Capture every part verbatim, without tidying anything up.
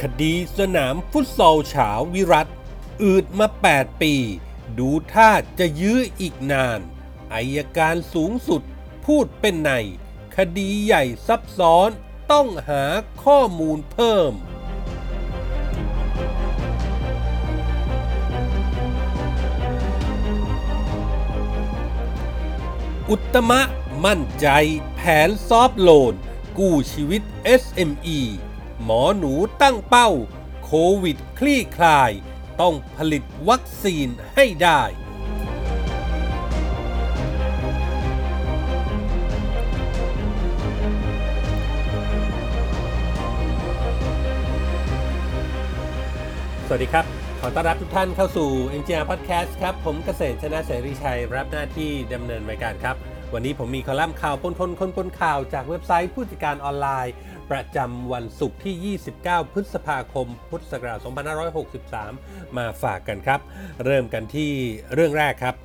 คดีสนามฟุตซอลเฉาวิรัตอืดมาแปดปีดูท่าจะยื้ออีกนานอัยการสูงสุดพูดเป็นในคดีใหญ่ซับซ้อนต้องหาข้อมูลเพิ่มอุตมะมั่นใจแผนซอฟต์โลนกู้ชีวิต เอส เอ็ม อี หมอหนูตั้งเป้าโควิดคลี่คลายต้องผลิตวัคซีนให้ได้สวัสดีครับขอต้อนรับทุกท่านเข้าสู่ เอ็ม จี อาร์ Podcast ครับผมเกษตรชนะเสรีชัยรับหน้าที่ดำเนินรายการครับวันนี้ผมมีคอลัมน์ข่าวปนคนคนปนข่าวจากเว็บไซต์ผู้จัดการออนไลน์ประจำวันศุกร์ที่ยี่สิบเก้าพฤษภาคมพุทธศักราชสองพันห้าร้อยหกสิบสามมาฝากกันครับเริ่มกันที่เรื่องแรกครับ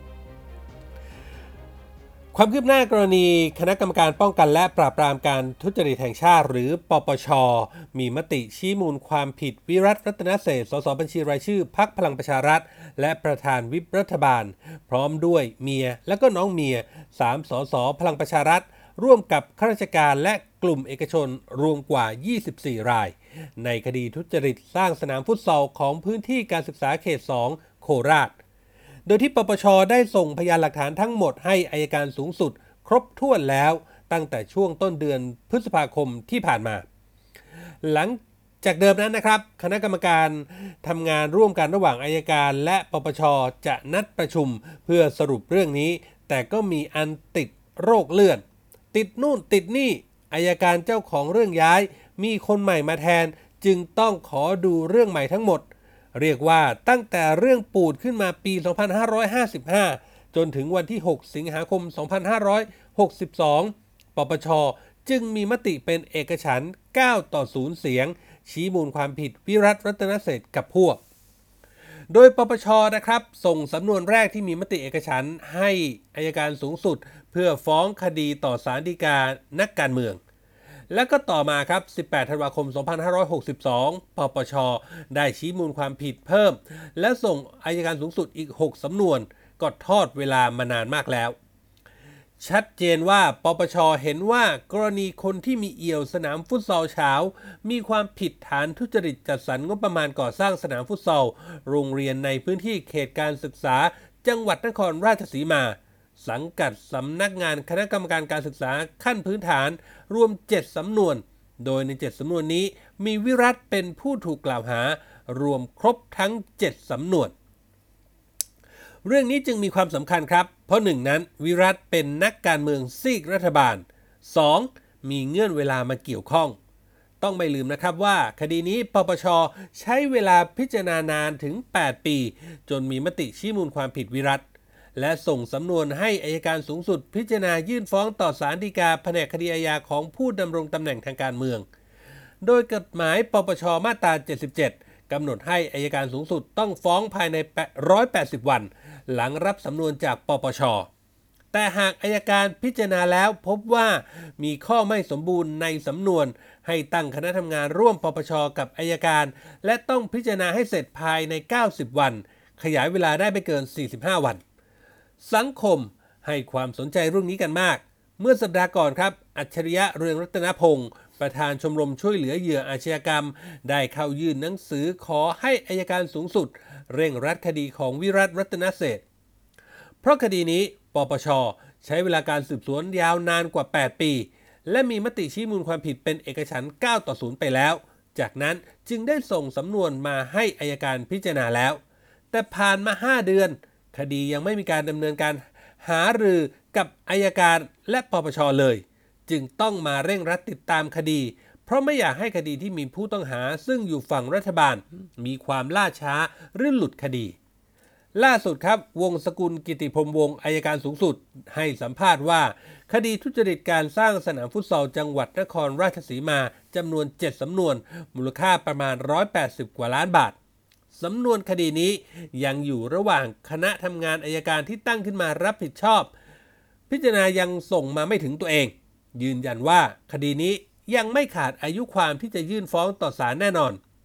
ความคืบหน้ากรณีคณะกรรมการป้องกันและปราบปรามการทุจริตแห่งชาติหรือปปช.มีมติชี้มูลความผิดวิรัต รัตนเศรษฐ์ สสบัญชีรายชื่อพรรคพลังประชารัฐและประธานวิปรัฐบาลพร้อมด้วยเมียและก็น้องเมียสามสสพลังประชารัฐร่วมกับข้าราชการและกลุ่มเอกชนรวมกว่ายี่สิบสี่รายในคดีทุจริตสร้างสนามฟุตซอลของพื้นที่การศึกษาเขตสองโคราชโดยที่ปปช.ได้ส่งพยานหลักฐานทั้งหมดให้อัยการสูงสุดครบถ้วนแล้วตั้งแต่ช่วงต้นเดือนพฤษภาคมที่ผ่านมาหลังจากเดิมนั้นนะครับคณะกรรมการทำงานร่วมกันระหว่างอัยการและปปช.จะนัดประชุมเพื่อสรุปเรื่องนี้แต่ก็มีอันติดโรคเลื่อนติดนู่นติดนี่อัยการเจ้าของเรื่องย้ายมีคนใหม่มาแทนจึงต้องขอดูเรื่องใหม่ทั้งหมดเรียกว่าตั้งแต่เรื่องปูดขึ้นมาปีสองพันห้าร้อยห้าสิบห้าจนถึงวันที่หกสิงหาคมสองพันห้าร้อยหกสิบสองปปช.จึงมีมติเป็นเอกฉันท์เก้าต่อศูนย์เสียงชี้มูลความผิดวิรัต รัตนเศรษฐ์กับพวกโดยปปช.นะครับส่งสำนวนแรกที่มีมติเอกฉันท์ให้อัยการสูงสุดเพื่อฟ้องคดีต่อศาลฎีกานักการเมืองและก็ต่อมาครับสิบแปดธันวาคมสองพันห้าร้อยหกสิบสองปปช.ได้ชี้มูลความผิดเพิ่มและส่งอัยการสูงสุดอีกหกสำนวนก็ทอดเวลามานานมากแล้วชัดเจนว่าปปช.เห็นว่ากรณีคนที่มีเอี่ยวสนามฟุตซอลเช้ามีความผิดฐานทุจริตจัดสรรงบประมาณก่อสร้างสนามฟุตซอลโรงเรียนในพื้นที่เขตการศึกษาจังหวัดนครราชสีมาสังกัดสำนักงานคณะกรรมการการศึกษาขั้นพื้นฐานรวมเจ็ดสำนวนโดยในเจ็ดสำนวนนี้มีวิรัตเป็นผู้ถูกกล่าวหารวมครบทั้งเจ็ดสำนวนเรื่องนี้จึงมีความสำคัญครับเพราะหนึ่งนั้นวิรัตเป็นนักการเมืองซีกรัฐบาลสองมีเงื่อนเวลามาเกี่ยวข้องต้องไม่ลืมนะครับว่าคดีนี้ปปช.ใช้เวลาพิจารณานานถึงแปดปีจนมีมติชี้มูลความผิดวิรัตและส่งสำนวนให้อัยการสูงสุดพิจารณายื่นฟ้องต่อศาลฎีกาแผนกคดีอาญาของผู้ดำรงตำแหน่งทางการเมืองโดยกฎหมายปปช.มาตราเจ็ดสิบเจ็ดกำหนดให้อัยการสูงสุดต้องฟ้องภายในหนึ่งร้อยแปดสิบวันหลังรับสำนวนจากปปช.แต่หากอัยการพิจารณาแล้วพบว่ามีข้อไม่สมบูรณ์ในสำนวนให้ตั้งคณะทำงานร่วมปปช.กับอัยการและต้องพิจารณาให้เสร็จภายในเก้าสิบวันขยายเวลาได้ไม่เกินสี่สิบห้าวันสังคมให้ความสนใจเรื่องนี้กันมากเมื่อสัปดาห์ก่อนครับอัจฉริยะเรืองรัตนพงศ์ประธานชมรมช่วยเหลือเหยื่ออาชญากรรมได้เข้ายื่นหนังสือขอให้อัยการสูงสุดเร่งรัดคดีของวิรัต รัตนเศรษฐ์เพราะคดีนี้ปปช.ใช้เวลาการสืบสวนยาวนานกว่าแปดปีและมีมติชี้มูลความผิดเป็นเอกฉันท์เก้าต่อศูนย์ไปแล้วจากนั้นจึงได้ส่งสำนวนมาให้อัยการพิจารณาแล้วแต่ผ่านมาห้าเดือนคดียังไม่มีการดำเนินการหารือกับอัยการและปปช.เลยจึงต้องมาเร่งรัดติดตามคดีเพราะไม่อยากให้คดีที่มีผู้ต้องหาซึ่งอยู่ฝั่งรัฐบาลมีความล่าช้าหรือหลุดคดีล่าสุดครับวงศ์สกุลกิติพรหมวงศ์อัยการสูงสุดให้สัมภาษณ์ว่าคดีทุจริตการสร้างสนามฟุตซอลจังหวัดนครราชสีมาจำนวนเจ็ดสำนวนมูลค่าประมาณหนึ่งร้อยแปดสิบกว่าล้านบาทสำนวนคดีนี้ยังอยู่ระหว่างคณะทำงานอัยการที่ตั้งขึ้นมารับผิดชอบพิจารณายังส่งมาไม่ถึงตัวเองยืนยันว่าคดีนี้ยังไม่ขาดอายุความที่จะยื่นฟ้องต่อศาลแน่นอน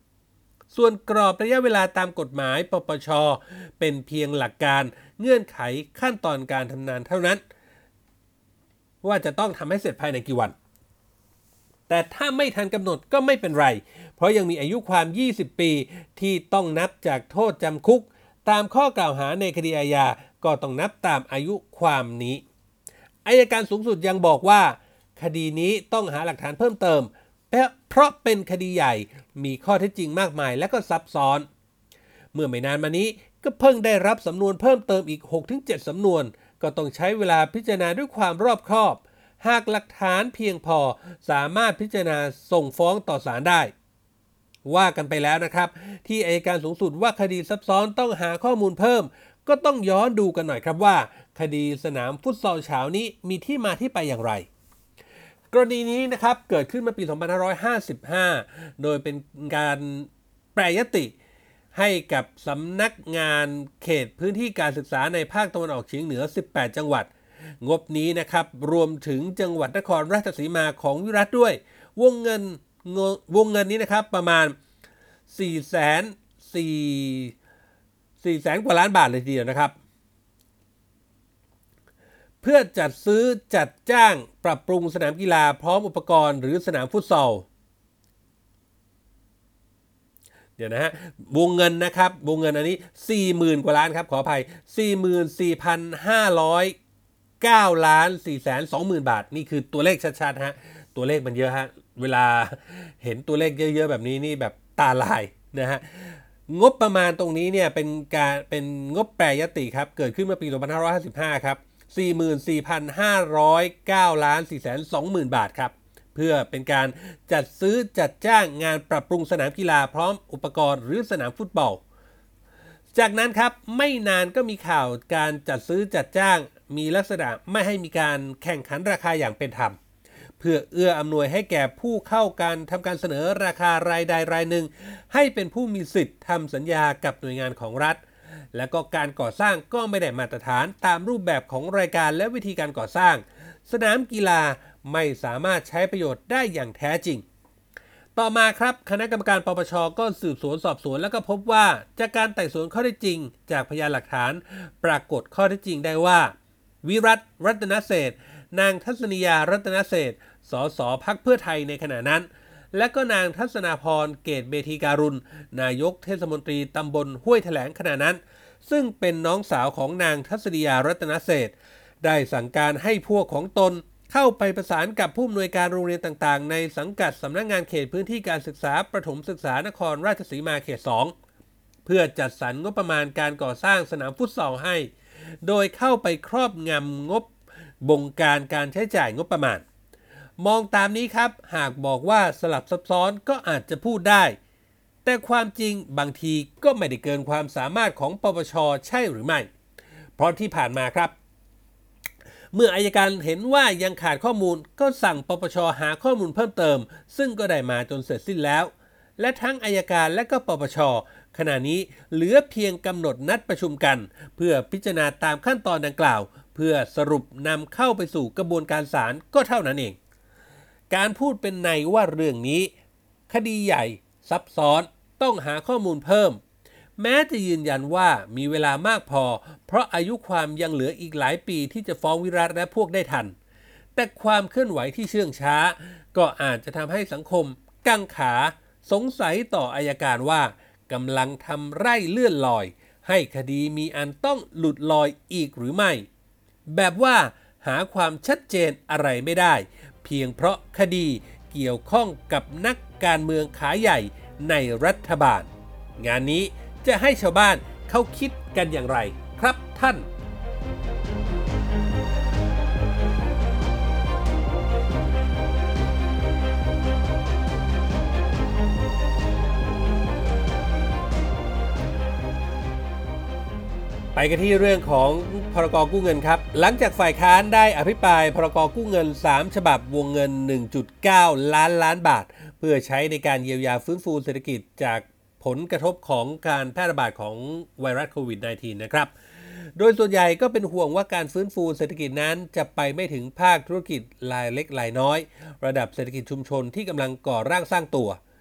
ส่วนกรอบระยะเวลาตามกฎหมายปปช.เป็นเพียงหลักการเงื่อนไขขั้นตอนการทำงานเท่านั้นว่าจะต้องทำให้เสร็จภายในกี่วันแต่ถ้าไม่ทันกำหนดก็ไม่เป็นไรเพราะยังมีอายุความยี่สิบปีที่ต้องนับจากโทษจำคุกตามข้อกล่าวหาในคดีอาญาก็ต้องนับตามอายุความนี้อัยการสูงสุดยังบอกว่าคดีนี้ต้องหาหลักฐานเพิ่มเติมเพราะเป็นคดีใหญ่มีข้อเท็จจริงมากมายและก็ซับซ้อนเมื่อไม่นานมานี้ก็เพิ่งได้รับสำนวนเพิ่มเติมอีก หกถึงเจ็ด สำนวนก็ต้องใช้เวลาพิจารณาด้วยความรอบคอบหากหลักฐานเพียงพอสามารถพิจารณาส่งฟ้องต่อศาลได้ว่ากันไปแล้วนะครับที่อัยการสูงสุดว่าคดีซับซ้อนต้องหาข้อมูลเพิ่มก็ต้องย้อนดูกันหน่อยครับว่าคดีสนามฟุตซอลเช้านี้มีที่มาที่ไปอย่างไรกรณีนี้นะครับเกิดขึ้นเมื่อปี สองพันห้าร้อยห้าสิบห้า โดยเป็นการแปรยติให้กับสำนักงานเขตพื้นที่การศึกษาในภาคตะวันออกเฉียงเหนือสิบแปดจังหวัดงบนี้นะครับรวมถึงจังหวัดนครราชสีมาของวิรัตด้วยวงเงินวงเงินนี้นะครับประมาณสี่แสนสี่แสนกว่าล้านบาทเลยทีเดียวนะครับเพื่อจัดซื้อจัดจ้างปรับปรุงสนามกีฬาพร้อมอุปกรณ์หรือสนามฟุตซอลเดี๋ยวนะฮะวงเงินนะครับวงเงินอันนี้ สี่หมื่น กว่าล้านครับขออภัย สี่หมื่นสี่พันห้าร้อยเก้า ล้าน สี่แสนสองหมื่น บาทนี่คือตัวเลขชัดๆฮะตัวเลขมันเยอะฮะเวลาเห็นตัวเลขเยอะๆแบบนี้นี่แบบตาลายนะฮะงบประมาณตรงนี้เนี่ยเป็นการเป็นงบแปรยติครับเกิดขึ้นเมื่อปี สองพันห้าร้อยห้าสิบห้า ครับ สี่หมื่นสี่พันห้าร้อยเก้า ล้าน สี่แสนสองหมื่น บาทครับเพื่อเป็นการจัดซื้อจัดจ้างงานปรับปรุงสนามกีฬาพร้อมอุปกรณ์หรือสนามฟุตบอลจากนั้นครับไม่นานก็มีข่าวการจัดซื้อจัดจ้างมีลักษณะไม่ให้มีการแข่งขันราคาอย่างเป็นธรรมเพื่อเอื้ออำนวยให้แก่ผู้เข้าการทำการเสนอราคารายใดรายหนึ่งให้เป็นผู้มีสิทธิ์ทำสัญญากับหน่วยงานของรัฐและก็การก่อสร้างก็ไม่ได้มาตรฐานตามรูปแบบของรายการและวิธีการก่อสร้างสนามกีฬาไม่สามารถใช้ประโยชน์ได้อย่างแท้จริงต่อมาครับคณะกรรมการปปช.ก็สืบสวนสอบสวนแล้วก็พบว่าจากการไต่สวนข้อเท็จจริงจากพยานหลักฐานปรากฏข้อเท็จจริงได้ว่าวิรัตรัตนเศรษฐ์นางทัศนียารัตนเศรษฐ์สสพรรคเพื่อไทยในขณะนั้นและก็นางทัศนาพรเกตเบธีการุณนายกเทศมนตรีตำบลห้วยแถลงขณะนั้นซึ่งเป็นน้องสาวของนางทัศนียารัตนเศรษฐ์ได้สั่งการให้พวกของตนเข้าไปประสานกับผู้อำนวยการโรงเรียนต่างๆในสังกัดสำนักงานเขตพื้นที่การศึกษาประถมศึกษานครราชสีมาเขตสองเพื่อจัดสรรงบประมาณการก่อสร้างสนามฟุตซอลให้โดยเข้าไปครอบงำงบบงการการใช้จ่ายงบประมาณมองตามนี้ครับหากบอกว่าสลับซับซ้อนก็อาจจะพูดได้แต่ความจริงบางทีก็ไม่ได้เกินความสามารถของปปช.ใช่หรือไม่เพราะที่ผ่านมาครับเมื่ออัยการเห็นว่ายังขาดข้อมูลก็สั่งปปช.หาข้อมูลเพิ่มเติมซึ่งก็ได้มาจนเสร็จสิ้นแล้วและทั้งอัยการและก็ปปช.ขณะนี้เหลือเพียงกำหนดนัดประชุมกันเพื่อพิจารณาตามขั้นตอนดังกล่าวเพื่อสรุปนำเข้าไปสู่กระบวนการศาลก็เท่านั้นเองการพูดเป็นในว่าเรื่องนี้คดีใหญ่ซับซ้อนต้องหาข้อมูลเพิ่มแม้จะยืนยันว่ามีเวลามากพอเพราะอายุความยังเหลืออีกหลายปีที่จะฟ้องวิรัตและพวกได้ทันแต่ความเคลื่อนไหวที่เชื่องช้าก็อาจจะทำให้สังคมกังขาสงสัยต่ออัยการว่ากำลังทำไร่เลื่อนลอยให้คดีมีอันต้องหลุดลอยอีกหรือไม่แบบว่าหาความชัดเจนอะไรไม่ได้เพียงเพราะคดีเกี่ยวข้องกับนักการเมืองขาใหญ่ในรัฐบาลงานนี้จะให้ชาวบ้านเขาคิดกันอย่างไรครับท่าน ไปกันที่เรื่องของพรก.กู้เงินครับหลังจากฝ่ายค้านได้อภิปรายพรก.กู้เงินสามฉบับวงเงิน หนึ่งจุดเก้า ล้านล้านบาทเพื่อใช้ในการเยียวยาฟื้นฟูเศรษฐกิจจากผลกระทบของการแพร่ระบาดของไวรัสโควิด สิบเก้า นะครับโดยส่วนใหญ่ก็เป็นห่วงว่าการฟื้นฟูเศรษฐกิจนั้นจะไปไม่ถึงภาคธุรกิจรายเล็กรายน้อยระดับเศรษฐกิจชุมชนที่กำลังก่อร่างสร้างตัวแ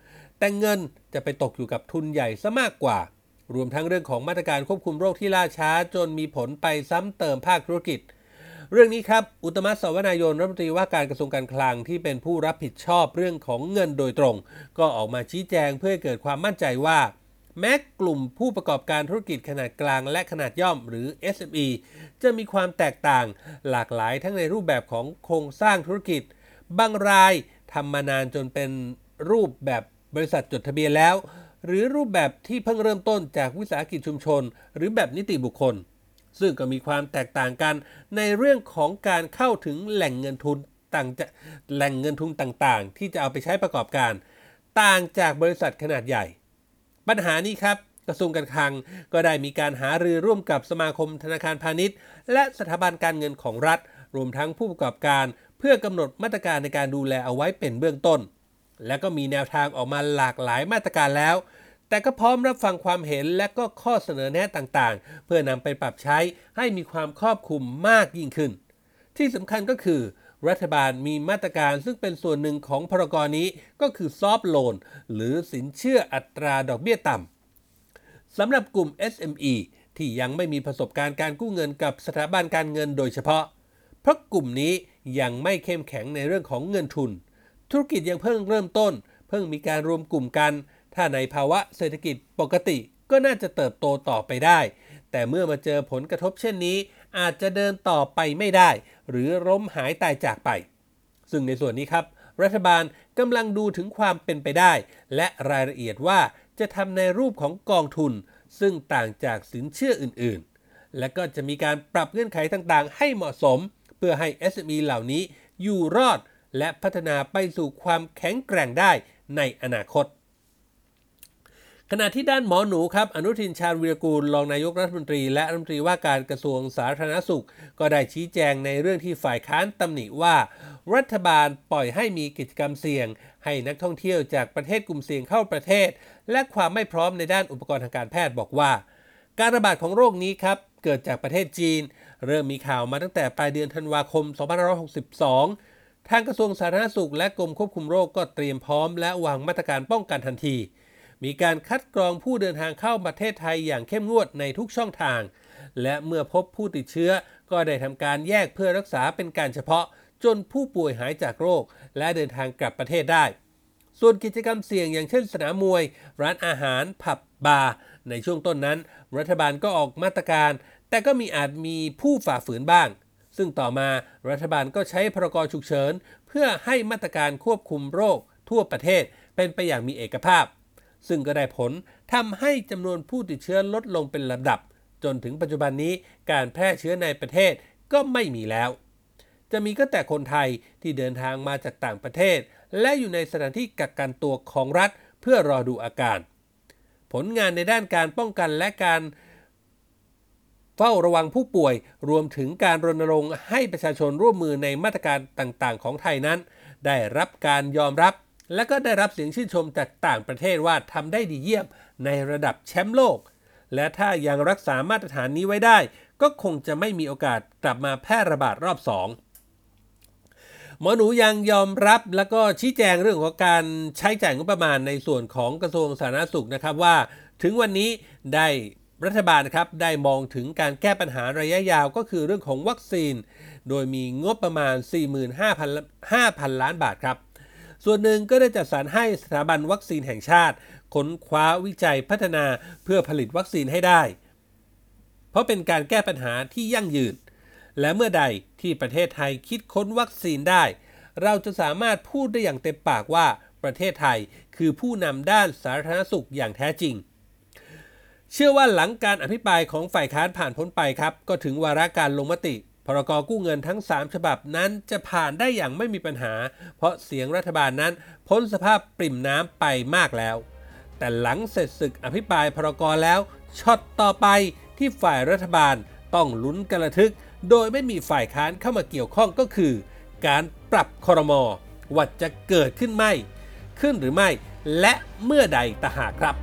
แต่เงินจะไปตกอยู่กับทุนใหญ่ซะมากกว่ารวมทั้งเรื่องของมาตรการควบคุมโรคที่ล่าช้าจนมีผลไปซ้ำเติมภาคธุรกิจเรื่องนี้ครับอุตตมะ สวนายนรัฐมนตรีว่าการกระทรวงการคลังที่เป็นผู้รับผิดชอบเรื่องของเงินโดยตรงก็ออกมาชี้แจงเพื่อให้เกิดความมั่นใจว่าแม้กลุ่มผู้ประกอบการธุรกิจขนาดกลางและขนาดย่อมหรือ เอส เอ็ม อี จะมีความแตกต่างหลากหลายทั้งในรูปแบบของโครงสร้างธุรกิจบางรายทำมานานจนเป็นรูปแบบบริษัทจดทะเบียนแล้วหรือรูปแบบที่เพิ่งเริ่มต้นจากวิสาหกิจชุมชนหรือแบบนิติบุคคลซึ่งก็มีความแตกต่างกันในเรื่องของการเข้าถึงแหล่งเงินทุนต่างจะแหล่งเงินทุนต่างๆที่จะเอาไปใช้ประกอบการต่างจากบริษัทขนาดใหญ่ปัญหานี้ครับกระทรวงการคลังก็ได้มีการหารือร่วมกับสมาคมธนาคารพาณิชย์และสถาบันการเงินของรัฐรวมทั้งผู้ประกอบการเพื่อกำหนดมาตรการในการดูแลเอาไว้เป็นเบื้องต้นและก็มีแนวทางออกมาหลากหลายมาตรการแล้วแต่ก็พร้อมรับฟังความเห็นและก็ข้อเสนอแนะต่างๆเพื่อนำไปปรับใช้ให้มีความครอบคลุมมากยิ่งขึ้นที่สำคัญก็คือรัฐบาลมีมาตรการซึ่งเป็นส่วนหนึ่งของพรกนี้ก็คือซอฟท์โลนหรือสินเชื่ออัตราดอกเบี้ยต่ำสำหรับกลุ่ม เอส เอ็ม อี ที่ยังไม่มีประสบการณ์การกู้เงินกับสถาบันการเงินโดยเฉพาะเพราะกลุ่มนี้ยังไม่เข้มแข็งในเรื่องของเงินทุนธุรกิจยังเพิ่งเริ่มต้นเพิ่งมีการรวมกลุ่มกันถ้าในภาวะเศรษฐกิจปกติก็น่าจะเติบโตต่อไปได้แต่เมื่อมาเจอผลกระทบเช่นนี้อาจจะเดินต่อไปไม่ได้หรือล้มหายตายจากไปซึ่งในส่วนนี้ครับรัฐบาลกำลังดูถึงความเป็นไปได้และรายละเอียดว่าจะทำในรูปของกองทุนซึ่งต่างจากสินเชื่ออื่นๆและก็จะมีการปรับเงื่อนไขต่างๆให้เหมาะสมเพื่อให้ เอส เอ็ม อี เหล่านี้อยู่รอดและพัฒนาไปสู่ความแข็งแกร่งได้ในอนาคตขณะที่ด้านหมอหนูครับอนุทินชาญวีรกูลรองนายกรัฐมนตรีและรัฐมนตรีว่าการกระทรวงสาธารณสุขก็ได้ชี้แจงในเรื่องที่ฝ่ายค้านตำหนิว่ารัฐบาลปล่อยให้มีกิจกรรมเสี่ยงให้นักท่องเที่ยวจากประเทศกลุ่มเสี่ยงเข้าประเทศและความไม่พร้อมในด้านอุปกรณ์ทางการแพทย์บอกว่าการระบาดของโรคนี้ครับเกิดจากประเทศจีนเริ่มมีข่าวมาตั้งแต่ปลายเดือนธันวาคมสองพันห้าร้อยหกสิบสองทางกระทรวงสาธารณสุขและกรมควบคุมโรคก็เตรียมพร้อมและวางมาตรการป้องกันทันทีมีการคัดกรองผู้เดินทางเข้าประเทศไทยอย่างเข้มงวดในทุกช่องทางและเมื่อพบผู้ติดเชื้อก็ได้ทำการแยกเพื่อรักษาเป็นการเฉพาะจนผู้ป่วยหายจากโรคและเดินทางกลับประเทศได้ส่วนกิจกรรมเสี่ยงอย่างเช่นสนามมวยร้านอาหารผับบาร์ในช่วงต้นนั้นรัฐบาลก็ออกมาตรการแต่ก็มีอาจมีผู้ฝ่าฝืนบ้างซึ่งต่อมารัฐบาลก็ใช้พรกฉุกเฉินเพื่อให้มาตรการควบคุมโรคทั่วประเทศเป็นไปอย่างมีเอกภาพซึ่งก็ได้ผลทำให้จำนวนผู้ติดเชื้อลดลงเป็นลำดับจนถึงปัจจุบันนี้การแพร่เชื้อในประเทศก็ไม่มีแล้วจะมีก็แต่คนไทยที่เดินทางมาจากต่างประเทศและอยู่ในสถานที่กักกันตัวของรัฐเพื่อรอดูอาการผลงานในด้านการป้องกันและการเฝ้าระวังผู้ป่วยรวมถึงการรณรงค์ให้ประชาชนร่วมมือในมาตรการต่างๆของไทยนั้นได้รับการยอมรับและก็ได้รับเสียงชื่นชมจากต่างประเทศว่าทำได้ดีเยี่ยมในระดับแชมป์โลกและถ้ายังรักษามาตรฐานนี้ไว้ได้ก็คงจะไม่มีโอกาสกลับมาแพร่ระบาดรอบสองหมอหนูยังยอมรับและก็ชี้แจงเรื่องของการใช้จ่ายงบประมาณในส่วนของกระทรวงสาธารณสุขนะครับว่าถึงวันนี้ได้รัฐบาลนะครับได้มองถึงการแก้ปัญหาระยะยาวก็คือเรื่องของวัคซีนโดยมีงบประมาณ สี่หมื่นห้าพัน ล้านบาทครับส่วนหนึ่งก็ได้จัดสรรให้สถาบันวัคซีนแห่งชาติค้นคว้าวิจัยพัฒนาเพื่อผลิตวัคซีนให้ได้เพราะเป็นการแก้ปัญหาที่ยั่งยืนและเมื่อใดที่ประเทศไทยคิดค้นวัคซีนได้เราจะสามารถพูดได้อย่างเต็มปากว่าประเทศไทยคือผู้นำด้านสาธารณสุขอย่างแท้จริงเชื่อว่าหลังการอภิปรายของฝ่ายค้านผ่านพ้นไปครับก็ถึงวาระการลงมติพรกกู้เงินทั้งสามฉบับนั้นจะผ่านได้อย่างไม่มีปัญหาเพราะเสียงรัฐบาลนั้นพ้นสภาพปริ่มน้ำไปมากแล้วแต่หลังเสร็จศึกอภิปรายพรกแล้วช็อตต่อไปที่ฝ่ายรัฐบาลต้องลุ้นกระทึกโดยไม่มีฝ่ายค้านเข้ามาเกี่ยวข้องก็คือการปรับครม.ว่าจะเกิดขึ้นไม่ขึ้นหรือไม่และเมื่อใดต่างหากครับ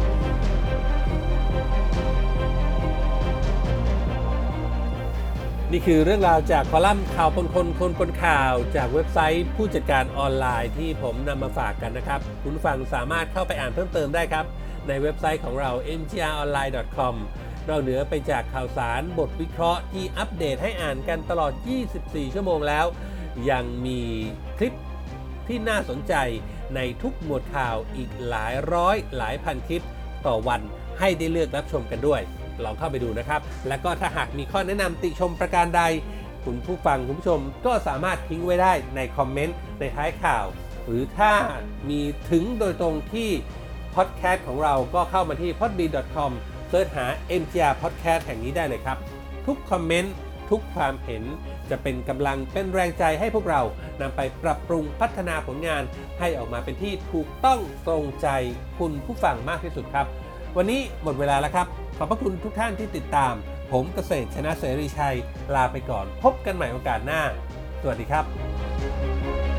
นนี่คือเรื่องราวจากคอลัมน์ข่าวปนคนคนปนข่าวจากเว็บไซต์ผู้จัดการออนไลน์ที่ผมนำมาฝากกันนะครับคุณผู้ฟังสามารถเข้าไปอ่านเพิ่มเติมได้ครับในเว็บไซต์ของเรา เอ็ม จี อาร์ ออนไลน์ ดอท คอม นอกเหนือไปจากข่าวสารบทวิเคราะห์ที่อัปเดตให้อ่านกันตลอดยี่สิบสี่ชั่วโมงแล้วยังมีคลิปที่น่าสนใจในทุกหมวดข่าวอีกหลายร้อยหลายพันคลิปต่อวันให้ได้เลือกรับชมกันด้วยลองเข้าไปดูนะครับแล้วก็ถ้าหากมีข้อแนะนำติชมประการใดคุณผู้ฟังคุณผู้ชมก็สามารถทิ้งไว้ได้ในคอมเมนต์ในท้ายข่าวหรือถ้ามีถึงโดยตรงที่พอดแคสต์ของเราก็เข้ามาที่ พอดบีน ดอท คอม เสิร์ชหา เอ็ม จี อาร์ Podcast แห่งนี้ได้เลยครับทุกคอมเมนต์ทุกความเห็นจะเป็นกำลังเป็นแรงใจให้พวกเรานำไปปรับปรุงพัฒนาผลงานให้ออกมาเป็นที่ถูกต้องตรงใจคุณผู้ฟังมากที่สุดครับวันนี้หมดเวลาแล้วครับขอบพระคุณทุกท่านที่ติดตามผมเกษตรชนะเสรีชัยลาไปก่อนพบกันใหม่โอกาสหน้าสวัสดีครับ